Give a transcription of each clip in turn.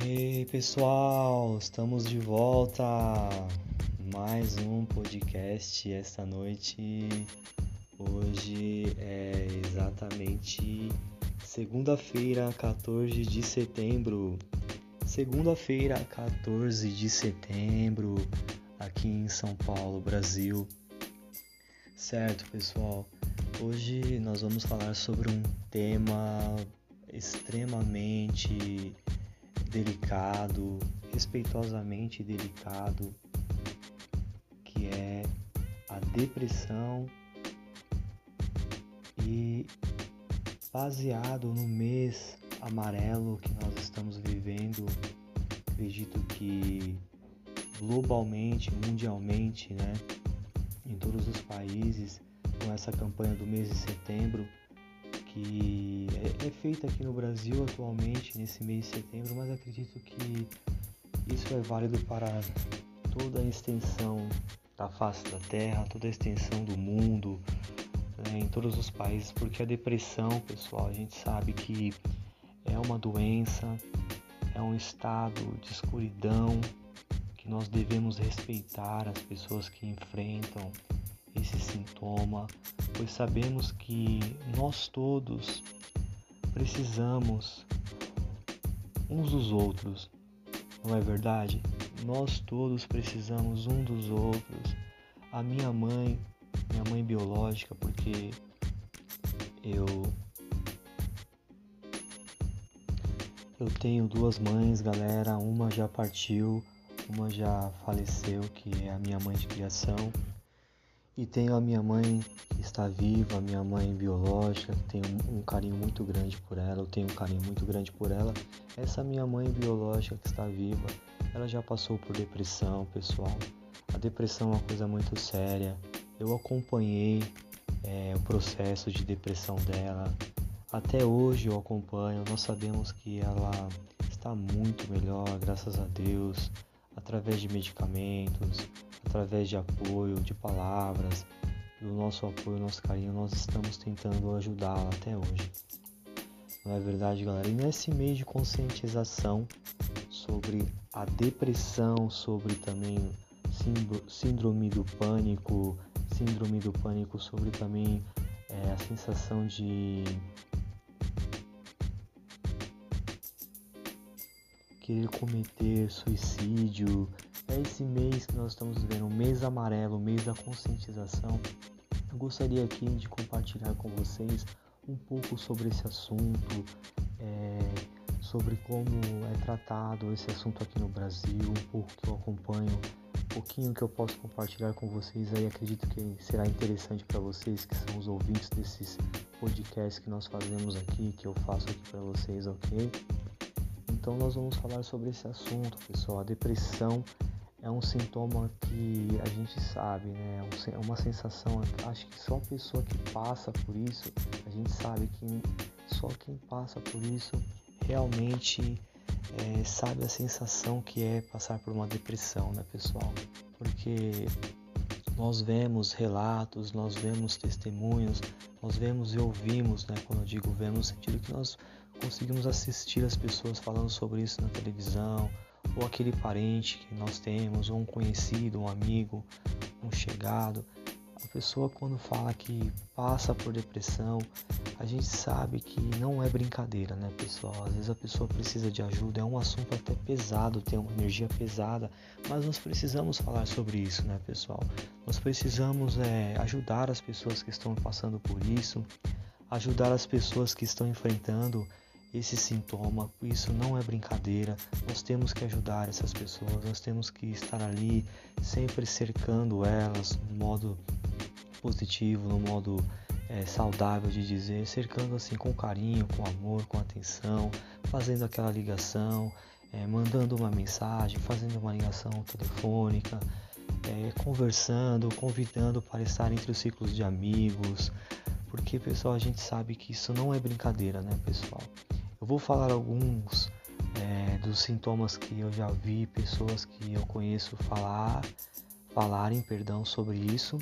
Ei pessoal, estamos de volta. Mais um podcast esta noite. Hoje é exatamente segunda-feira, 14 de setembro. Segunda-feira, 14 de setembro, aqui em São Paulo, Brasil. Certo, pessoal? Hoje nós vamos falar sobre um tema extremamente delicado, respeitosamente delicado, que é a depressão, e baseado no mês amarelo que nós estamos vivendo, acredito que globalmente, mundialmente, né, em todos os países, com essa campanha do mês de setembro, que é feita aqui no Brasil atualmente, nesse mês de setembro, mas acredito que isso é válido para toda a extensão da face da Terra, toda a extensão do mundo, né, em todos os países, porque a depressão, pessoal, a gente sabe que é uma doença, é um estado de escuridão que nós devemos respeitar as pessoas que enfrentam esse sintoma, pois sabemos que nós todos precisamos uns dos outros, não é verdade? Nós todos precisamos um dos outros. A minha mãe biológica, porque eu tenho duas mães, galera, uma já partiu, uma já faleceu, que é a minha mãe de criação. E tenho a minha mãe que está viva, a minha mãe biológica, que tenho um carinho muito grande por ela, eu tenho um carinho muito grande por ela. Essa minha mãe biológica que está viva, ela já passou por depressão, pessoal. A depressão é uma coisa muito séria. Eu acompanhei o processo de depressão dela. Até hoje eu acompanho, nós sabemos que ela está muito melhor, graças a Deus, através de medicamentos, através de apoio, de palavras, do nosso apoio, nosso carinho, nós estamos tentando ajudá-la até hoje. Não é verdade, galera? E nesse mês de conscientização sobre a depressão, sobre também síndrome do pânico, sobre também a sensação de querer cometer suicídio. É esse mês que nós estamos vivendo, o mês amarelo, o mês da conscientização. Eu gostaria aqui de compartilhar com vocês um pouco sobre esse assunto, sobre como é tratado esse assunto aqui no Brasil, um pouco que eu acompanho, um pouquinho que eu posso compartilhar com vocês aí. Acredito que será interessante para vocês que são os ouvintes desses podcasts que nós fazemos aqui, que eu faço aqui para vocês, ok? Então nós vamos falar sobre esse assunto, pessoal. A depressão é um sintoma que a gente sabe, né? É uma sensação, acho que só a pessoa que passa por isso, a gente sabe que só quem passa por isso realmente sabe a sensação que é passar por uma depressão, né, pessoal? Porque nós vemos relatos, nós vemos testemunhos, nós vemos e ouvimos, né? Quando eu digo vemos, no sentido que nós conseguimos assistir as pessoas falando sobre isso na televisão, ou aquele parente que nós temos, ou um conhecido, um amigo, um chegado. A pessoa, quando fala que passa por depressão, a gente sabe que não é brincadeira, né, pessoal? Às vezes a pessoa precisa de ajuda, é um assunto até pesado, tem uma energia pesada, mas nós precisamos falar sobre isso, né, pessoal? Nós precisamos ajudar as pessoas que estão passando por isso, ajudar as pessoas que estão enfrentando esse sintoma. Isso não é brincadeira. Nós temos que ajudar essas pessoas, nós temos que estar ali sempre cercando elas no modo positivo, no modo saudável de dizer, cercando assim com carinho, com amor, com atenção, fazendo aquela ligação, mandando uma mensagem, fazendo uma ligação telefônica, conversando, convidando para estar entre os ciclos de amigos, porque, pessoal, a gente sabe que isso não é brincadeira, né, pessoal? Eu vou falar alguns dos sintomas que eu já vi pessoas que eu conheço falarem sobre isso,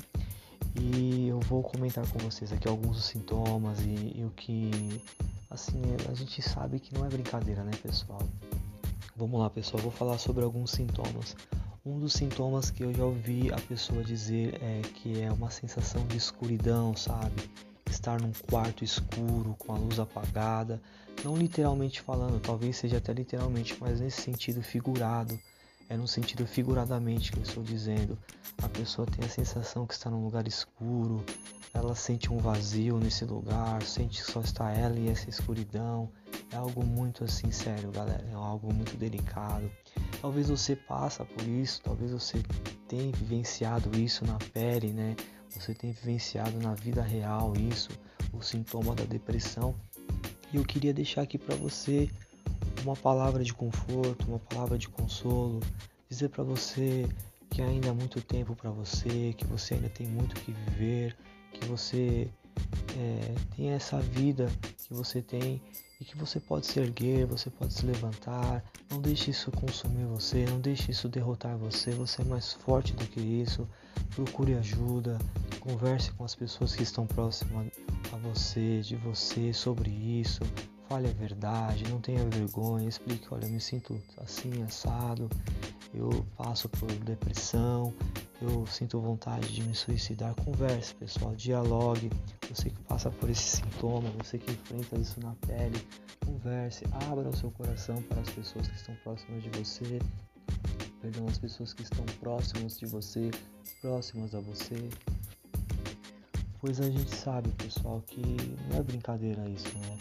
e eu vou comentar com vocês aqui alguns dos sintomas e o que, assim, a gente sabe que não é brincadeira, né, pessoal? Vamos lá, pessoal, vou falar sobre alguns sintomas. Um dos sintomas que eu já ouvi a pessoa dizer é que é uma sensação de escuridão, sabe? Estar num quarto escuro, com a luz apagada. Não literalmente falando, talvez seja até literalmente, mas nesse sentido figurado. É no sentido figuradamente que eu estou dizendo. A pessoa tem a sensação que está num lugar escuro, ela sente um vazio nesse lugar, sente que só está ela e essa escuridão. É algo muito assim sério, galera, é algo muito delicado. Talvez você passa por isso, talvez você tenha vivenciado isso na pele, né? Você tenha vivenciado na vida real isso, o sintoma da depressão. E eu queria deixar aqui para você uma palavra de conforto, uma palavra de consolo, dizer para você que ainda há muito tempo para você, que você ainda tem muito que viver, que você tem essa vida que você tem e que você pode se erguer, você pode se levantar. Não deixe isso consumir você, não deixe isso derrotar você. Você é mais forte do que isso. Procure ajuda, converse com as pessoas que estão próximas a você, de você, sobre isso. Fale a verdade, não tenha vergonha, explique, olha, eu me sinto assim, assado, eu passo por depressão, eu sinto vontade de me suicidar. Converse, pessoal, dialogue. Você que passa por esse sintoma, você que enfrenta isso na pele, converse, abra o seu coração para as pessoas que estão próximas de você, perdão, as pessoas que estão próximas de você, próximas a você. Pois a gente sabe, pessoal, que não é brincadeira isso, né?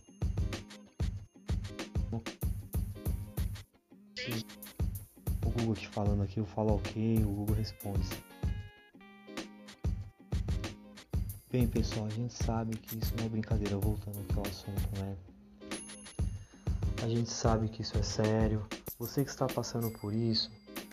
O Google te falando aqui, eu falo ok, o Google responde. Bem, pessoal, a gente sabe que isso não é brincadeira, voltando aqui ao assunto, né? A gente sabe que isso é sério. Você que está passando por isso,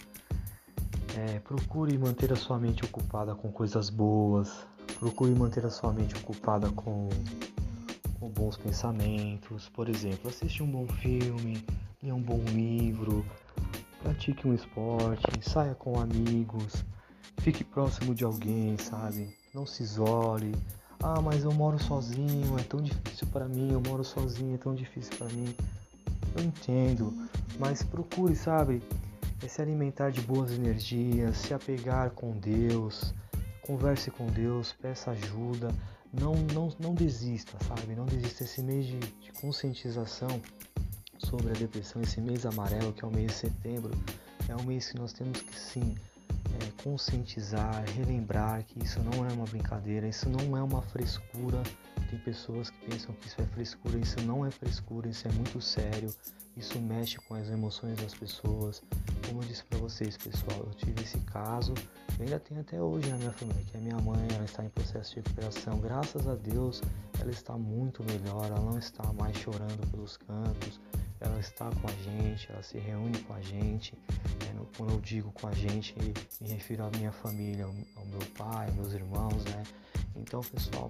procure manter a sua mente ocupada com coisas boas. Procure manter a sua mente ocupada com bons pensamentos. Por exemplo, assiste um bom filme, leia um bom livro, pratique um esporte, saia com amigos, fique próximo de alguém, sabe? Não se isole. Ah, mas eu moro sozinho, é tão difícil para mim, eu moro sozinho, é tão difícil para mim. Eu entendo, mas procure, sabe, se alimentar de boas energias, se apegar com Deus, converse com Deus, peça ajuda, não desista, sabe? Não desista. Esse mês de conscientização sobre a depressão, esse mês amarelo, que é o mês de setembro, é um mês que nós temos que sim conscientizar, relembrar que isso não é uma brincadeira, isso não é uma frescura. Tem pessoas que pensam que isso é frescura, isso não é frescura, isso é muito sério, isso mexe com as emoções das pessoas. Como eu disse para vocês, pessoal, eu tive esse caso, eu ainda tenho até hoje na minha família, que é minha mãe, ela está em processo de recuperação, graças a Deus ela está muito melhor, ela não está mais chorando pelos cantos, ela está com a gente, ela se reúne com a gente. Quando eu digo com a gente, me refiro à minha família, ao meu pai, aos meus irmãos, né? Então, pessoal,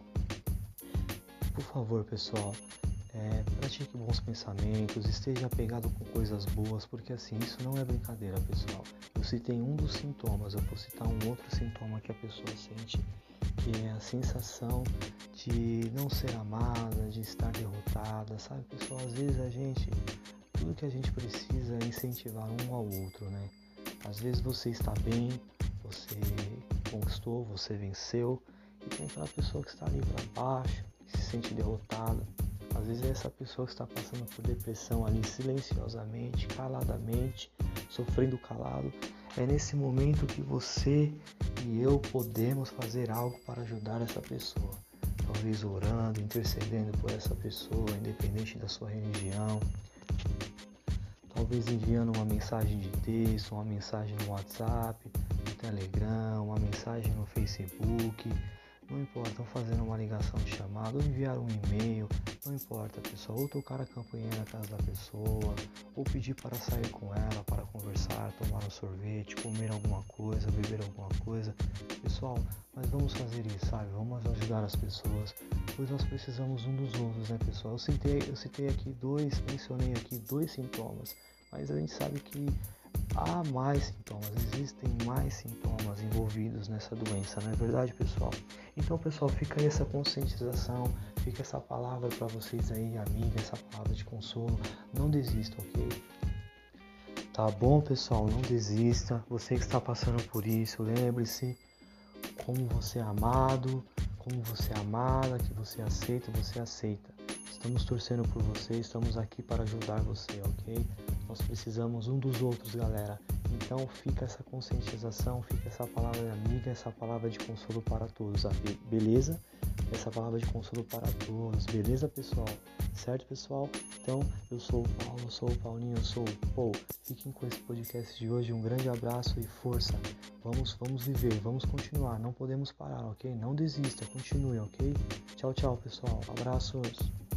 por favor, pessoal, pratique bons pensamentos, esteja apegado com coisas boas, porque assim, isso não é brincadeira, pessoal. Eu citei um dos sintomas, eu vou citar um outro sintoma que a pessoa sente, que é a sensação de não ser amada, de estar derrotada, sabe, pessoal? Às vezes tudo que a gente precisa é incentivar um ao outro, né? Às vezes você está bem, você conquistou, você venceu, e tem aquela pessoa que está ali para baixo, que se sente derrotada. Às vezes é essa pessoa que está passando por depressão ali silenciosamente, caladamente, sofrendo calado. É nesse momento que você e eu podemos fazer algo para ajudar essa pessoa. Talvez orando, intercedendo por essa pessoa, independente da sua religião. Talvez enviando uma mensagem de texto, uma mensagem no WhatsApp, no Telegram, uma mensagem no Facebook. Não importa, ou fazendo uma ligação de chamada, ou enviar um e-mail, não importa, pessoal, ou tocar a campainha na casa da pessoa, ou pedir para sair com ela, para conversar, tomar um sorvete, comer alguma coisa, beber alguma coisa. Pessoal, mas vamos fazer isso, sabe? Vamos ajudar as pessoas, pois nós precisamos um dos outros, né, pessoal? Eu citei aqui mencionei aqui dois sintomas, mas a gente sabe que há mais sintomas, existem mais sintomas envolvidos nessa doença, não é verdade, pessoal? Então, pessoal, fica aí essa conscientização, fica essa palavra para vocês aí, amiga, essa palavra de consolo. Não desista, ok? Tá bom, pessoal? Não desista. Você que está passando por isso, lembre-se como você é amado, como você é amada, que você aceita. Estamos torcendo por você, estamos aqui para ajudar você, ok? Nós precisamos um dos outros, galera. Então fica essa conscientização, fica essa palavra de amiga, essa palavra de consolo para todos, beleza? Essa palavra de consolo para todos, beleza, pessoal? Certo, pessoal? Então, eu sou o Paulo, eu sou o Paulinho, eu sou o Paul. Fiquem com esse podcast de hoje, um grande abraço e força. Vamos viver, vamos continuar, não podemos parar, ok? Não desista, continue, ok? Tchau, tchau, pessoal. Abraços.